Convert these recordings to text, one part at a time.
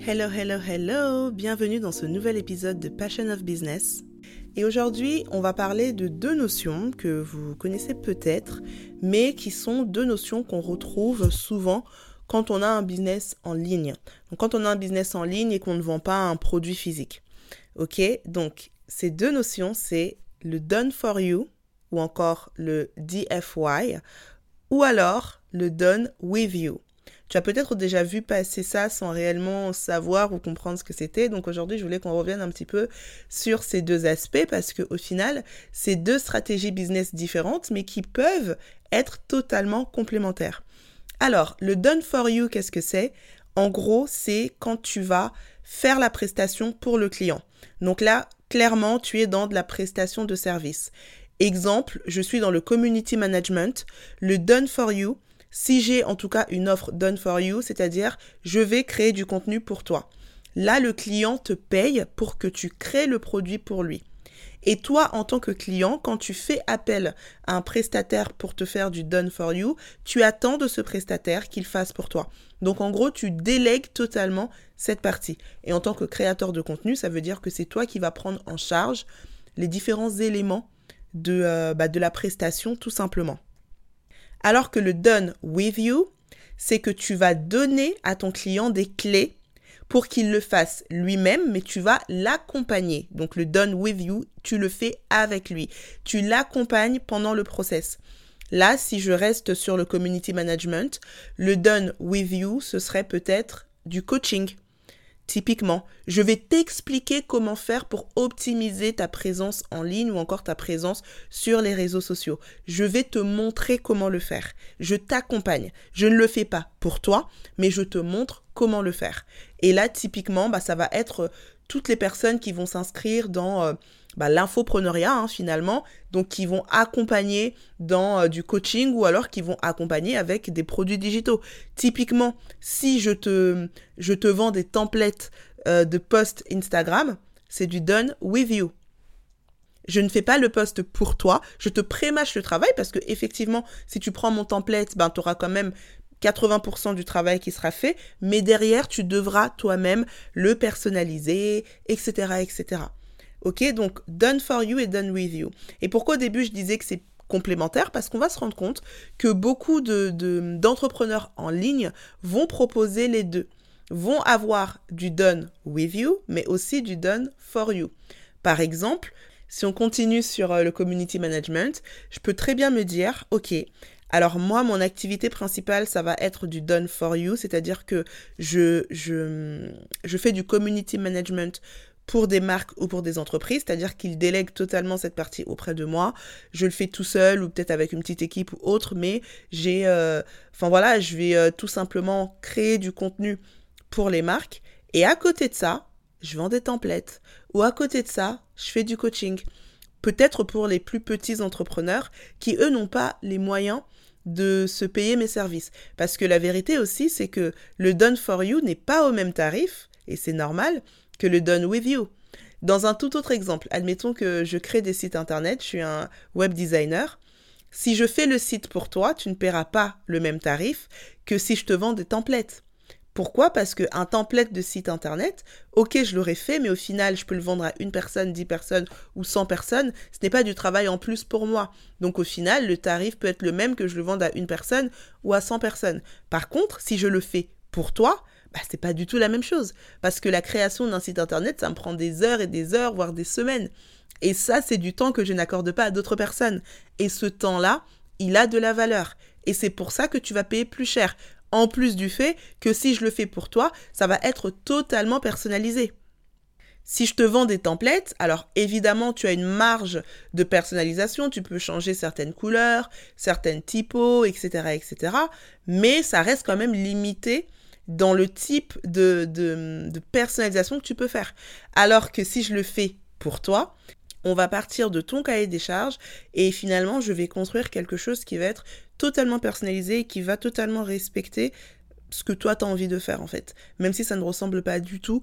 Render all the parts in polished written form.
Hello, hello, hello! Bienvenue dans ce nouvel épisode de Passion of Business. Et aujourd'hui, on va parler de deux notions que vous connaissez peut-être, mais qui sont deux notions qu'on retrouve souvent quand on a un business en ligne. Donc quand on a un business en ligne et qu'on ne vend pas un produit physique. Ok? Donc ces deux notions, c'est le done for you ou encore le DFY ou alors le done with you. Tu as peut-être déjà vu passer ça sans réellement savoir ou comprendre ce que c'était. Donc aujourd'hui, je voulais qu'on revienne un petit peu sur ces deux aspects parce qu'au final, c'est deux stratégies business différentes mais qui peuvent être totalement complémentaires. Alors, le done for you, qu'est-ce que c'est ? En gros, c'est quand tu vas faire la prestation pour le client. Donc là, clairement, tu es dans de la prestation de service. Exemple, je suis dans le community management. Le done for you, si j'ai en tout cas une offre done for you, c'est-à-dire je vais créer du contenu pour toi. Là, le client te paye pour que tu crées le produit pour lui. Et toi, en tant que client, quand tu fais appel à un prestataire pour te faire du done for you, tu attends de ce prestataire qu'il fasse pour toi. Donc en gros, tu délègues totalement cette partie. Et en tant que créateur de contenu, ça veut dire que c'est toi qui vas prendre en charge les différents éléments de la prestation tout simplement. Alors que le done with you, c'est que tu vas donner à ton client des clés pour qu'il le fasse lui-même, mais tu vas l'accompagner. Donc le done with you, tu le fais avec lui. Tu l'accompagnes pendant le process. Là, si je reste sur le community management, le done with you, ce serait peut-être du coaching. Typiquement, je vais t'expliquer comment faire pour optimiser ta présence en ligne ou encore ta présence sur les réseaux sociaux. Je vais te montrer comment le faire. Je t'accompagne. Je ne le fais pas pour toi, mais je te montre comment le faire. Et là, typiquement, ça va être toutes les personnes qui vont s'inscrire dans l'infopreneuriat finalement, donc qui vont accompagner dans du coaching ou alors qui vont accompagner avec des produits digitaux. Typiquement, si je te vends des templates de posts Instagram, c'est du done with you. Je ne fais pas le post pour toi, je te prémâche le travail parce que effectivement, si tu prends mon template, tu auras quand même 80% du travail qui sera fait, mais derrière, tu devras toi-même le personnaliser, etc., etc. Ok, donc done for you et done with you. Et pourquoi au début je disais que c'est complémentaire ? Parce qu'on va se rendre compte que beaucoup d'entrepreneurs en ligne vont proposer les deux. Vont avoir du done with you, mais aussi du done for you. Par exemple, si on continue sur le community management, je peux très bien me dire, ok, alors moi, mon activité principale, ça va être du done for you, c'est-à-dire que je fais du community management pour des marques ou pour des entreprises, c'est-à-dire qu'ils délèguent totalement cette partie auprès de moi. Je le fais tout seul ou peut-être avec une petite équipe ou autre, mais je vais tout simplement créer du contenu pour les marques. Et à côté de ça, je vends des templates. Ou à côté de ça, je fais du coaching. Peut-être pour les plus petits entrepreneurs qui, eux, n'ont pas les moyens de se payer mes services. Parce que la vérité aussi, c'est que le done for you n'est pas au même tarif, et c'est normal, que le done with you. Dans un tout autre exemple, admettons que je crée des sites internet, je suis un web designer. Si je fais le site pour toi, tu ne paieras pas le même tarif que si je te vends des templates. Pourquoi ? Parce qu'un template de site internet, ok, je l'aurais fait, mais au final, je peux le vendre à 1 personne, 10 personnes ou 100 personnes. Ce n'est pas du travail en plus pour moi. Donc au final, le tarif peut être le même que je le vende à 1 personne ou à 100 personnes. Par contre, si je le fais pour toi, c'est pas du tout la même chose. Parce que la création d'un site internet, ça me prend des heures et des heures, voire des semaines. Et ça, c'est du temps que je n'accorde pas à d'autres personnes. Et ce temps-là, il a de la valeur. Et c'est pour ça que tu vas payer plus cher. En plus du fait que si je le fais pour toi, ça va être totalement personnalisé. Si je te vends des templates, alors évidemment, tu as une marge de personnalisation, tu peux changer certaines couleurs, certaines typos, etc., etc. Mais ça reste quand même limité dans le type de personnalisation que tu peux faire. Alors que si je le fais pour toi, on va partir de ton cahier des charges et finalement, je vais construire quelque chose qui va être totalement personnalisé et qui va totalement respecter ce que toi, tu as envie de faire, en fait. Même si ça ne ressemble pas du tout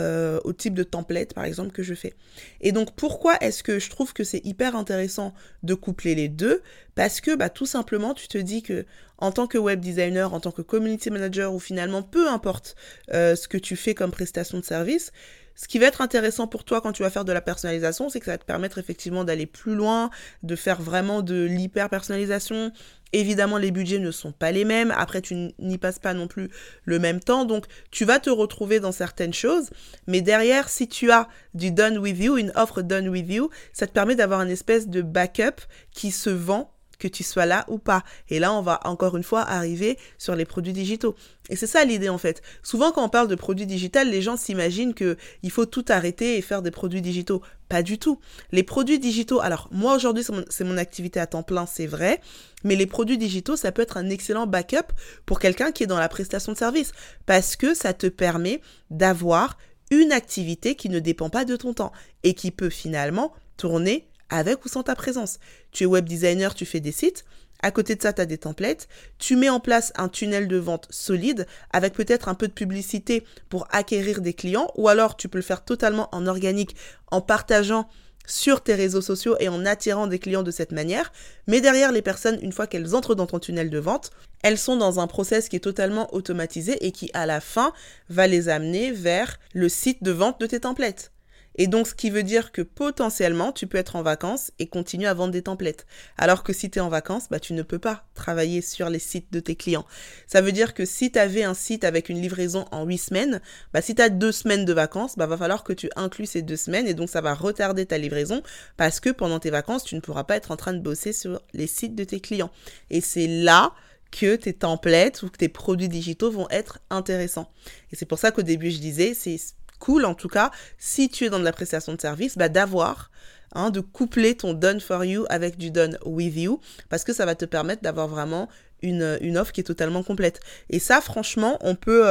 au type de template, par exemple, que je fais. Et donc, pourquoi est-ce que je trouve que c'est hyper intéressant de coupler les deux? Parce que, tout simplement, tu te dis que en tant que web designer, en tant que community manager, ou finalement, peu importe ce que tu fais comme prestation de service, ce qui va être intéressant pour toi quand tu vas faire de la personnalisation, c'est que ça va te permettre effectivement d'aller plus loin, de faire vraiment de l'hyper-personnalisation. Évidemment, les budgets ne sont pas les mêmes. Après, tu n'y passes pas non plus le même temps. Donc, tu vas te retrouver dans certaines choses. Mais derrière, si tu as du done with you, une offre done with you, ça te permet d'avoir une espèce de backup qui se vend, que tu sois là ou pas. Et là, on va encore une fois arriver sur les produits digitaux. Et c'est ça l'idée en fait. Souvent quand on parle de produits digitaux, les gens s'imaginent qu'il faut tout arrêter et faire des produits digitaux. Pas du tout. Les produits digitaux, alors moi aujourd'hui c'est mon activité à temps plein, c'est vrai, mais les produits digitaux, ça peut être un excellent backup pour quelqu'un qui est dans la prestation de service parce que ça te permet d'avoir une activité qui ne dépend pas de ton temps et qui peut finalement tourner avec ou sans ta présence. Tu es web designer, tu fais des sites. À côté de ça, tu as des templates. Tu mets en place un tunnel de vente solide avec peut-être un peu de publicité pour acquérir des clients ou alors tu peux le faire totalement en organique en partageant sur tes réseaux sociaux et en attirant des clients de cette manière. Mais derrière, les personnes, une fois qu'elles entrent dans ton tunnel de vente, elles sont dans un process qui est totalement automatisé et qui, à la fin, va les amener vers le site de vente de tes templates. Et donc, ce qui veut dire que potentiellement, tu peux être en vacances et continuer à vendre des templates. Alors que si tu es en vacances, tu ne peux pas travailler sur les sites de tes clients. Ça veut dire que si tu avais un site avec une livraison en 8 semaines, si tu as 2 semaines de vacances, va falloir que tu inclues ces 2 semaines et donc ça va retarder ta livraison parce que pendant tes vacances, tu ne pourras pas être en train de bosser sur les sites de tes clients. Et c'est là que tes templates ou que tes produits digitaux vont être intéressants. Et c'est pour ça qu'au début, je disais, c'est cool en tout cas, si tu es dans de la prestation de service, d'avoir, de coupler ton done for you avec du done with you, parce que ça va te permettre d'avoir vraiment une offre qui est totalement complète. Et ça, franchement, on peut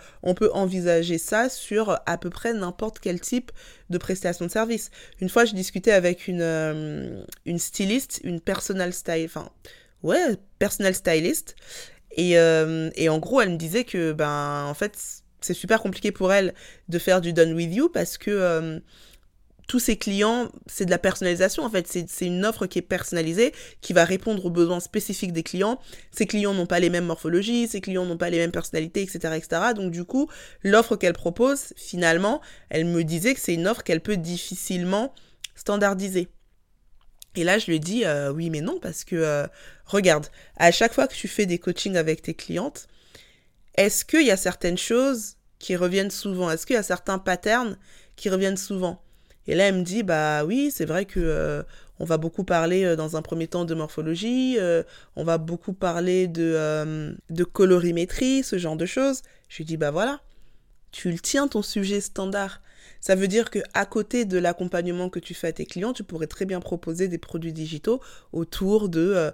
envisager ça sur à peu près n'importe quel type de prestation de service. Une fois, je discutais avec une styliste, une personal stylist, et en gros, elle me disait que, en fait, c'est super compliqué pour elle de faire du done with you parce que tous ses clients, c'est de la personnalisation en fait. C'est une offre qui est personnalisée, qui va répondre aux besoins spécifiques des clients. Ses clients n'ont pas les mêmes morphologies, ses clients n'ont pas les mêmes personnalités, etc., etc. Donc du coup, l'offre qu'elle propose, finalement, elle me disait que c'est une offre qu'elle peut difficilement standardiser. Et là, je lui ai dit oui mais non parce que regarde, à chaque fois que tu fais des coachings avec tes clientes, est-ce qu'il y a certaines choses qui reviennent souvent? Est-ce qu'il y a certains patterns qui reviennent souvent? Et là, elle me dit, oui, c'est vrai que on va beaucoup parler dans un premier temps de morphologie, on va beaucoup parler de colorimétrie, ce genre de choses. Je lui dis, voilà, tu le tiens ton sujet standard. Ça veut dire qu'à côté de l'accompagnement que tu fais à tes clients, tu pourrais très bien proposer des produits digitaux autour de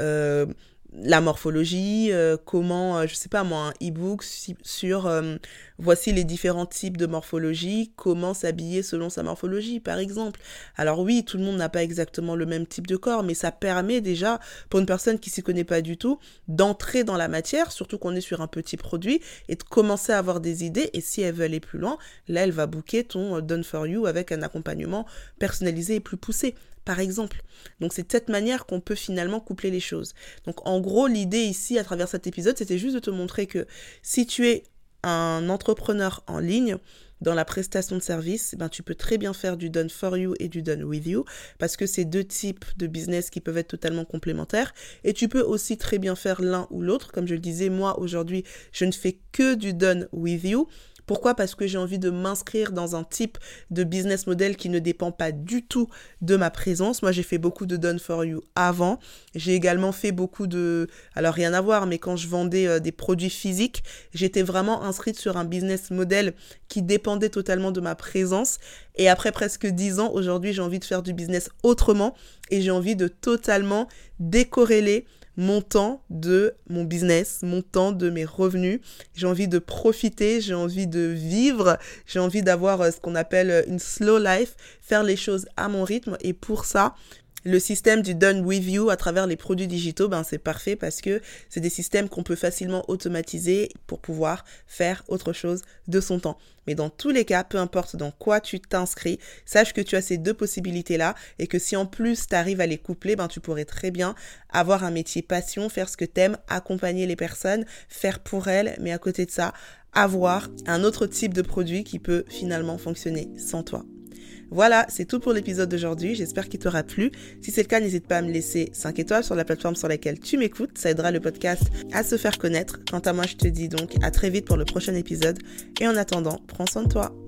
la morphologie, comment, je sais pas moi, un e-book sur voici les différents types de morphologie, comment s'habiller selon sa morphologie, par exemple. Alors oui, tout le monde n'a pas exactement le même type de corps, mais ça permet déjà, pour une personne qui s'y connaît pas du tout, d'entrer dans la matière, surtout qu'on est sur un petit produit, et de commencer à avoir des idées, et si elle veut aller plus loin, là, elle va booker ton Done for You avec un accompagnement personnalisé et plus poussé, par exemple. Donc c'est de cette manière qu'on peut finalement coupler les choses. Donc en gros, l'idée ici, à travers cet épisode, c'était juste de te montrer que si tu es un entrepreneur en ligne, dans la prestation de service, tu peux très bien faire du done for you et du done with you parce que c'est deux types de business qui peuvent être totalement complémentaires et tu peux aussi très bien faire l'un ou l'autre. Comme je le disais, moi aujourd'hui, je ne fais que du done with you. Pourquoi ? Parce que j'ai envie de m'inscrire dans un type de business model qui ne dépend pas du tout de ma présence. Moi, j'ai fait beaucoup de done for you avant. J'ai également fait beaucoup de... Alors, rien à voir, mais quand je vendais des produits physiques, j'étais vraiment inscrite sur un business model qui dépendait totalement de ma présence. Et après presque 10 ans, aujourd'hui, j'ai envie de faire du business autrement et j'ai envie de totalement décorréler mon temps de mon business, mon temps de mes revenus. J'ai envie de profiter, j'ai envie de vivre, j'ai envie d'avoir ce qu'on appelle une slow life, faire les choses à mon rythme. Et pour ça, Le système du done with you à travers les produits digitaux, c'est parfait parce que c'est des systèmes qu'on peut facilement automatiser pour pouvoir faire autre chose de son temps. Mais dans tous les cas, peu importe dans quoi tu t'inscris, sache que tu as ces deux possibilités-là et que si en plus tu arrives à les coupler, tu pourrais très bien avoir un métier passion, faire ce que t'aimes, accompagner les personnes, faire pour elles, mais à côté de ça, avoir un autre type de produit qui peut finalement fonctionner sans toi. Voilà, c'est tout pour l'épisode d'aujourd'hui, j'espère qu'il t'aura plu. Si c'est le cas, n'hésite pas à me laisser 5 étoiles sur la plateforme sur laquelle tu m'écoutes, ça aidera le podcast à se faire connaître. Quant à moi, je te dis donc à très vite pour le prochain épisode et en attendant, prends soin de toi.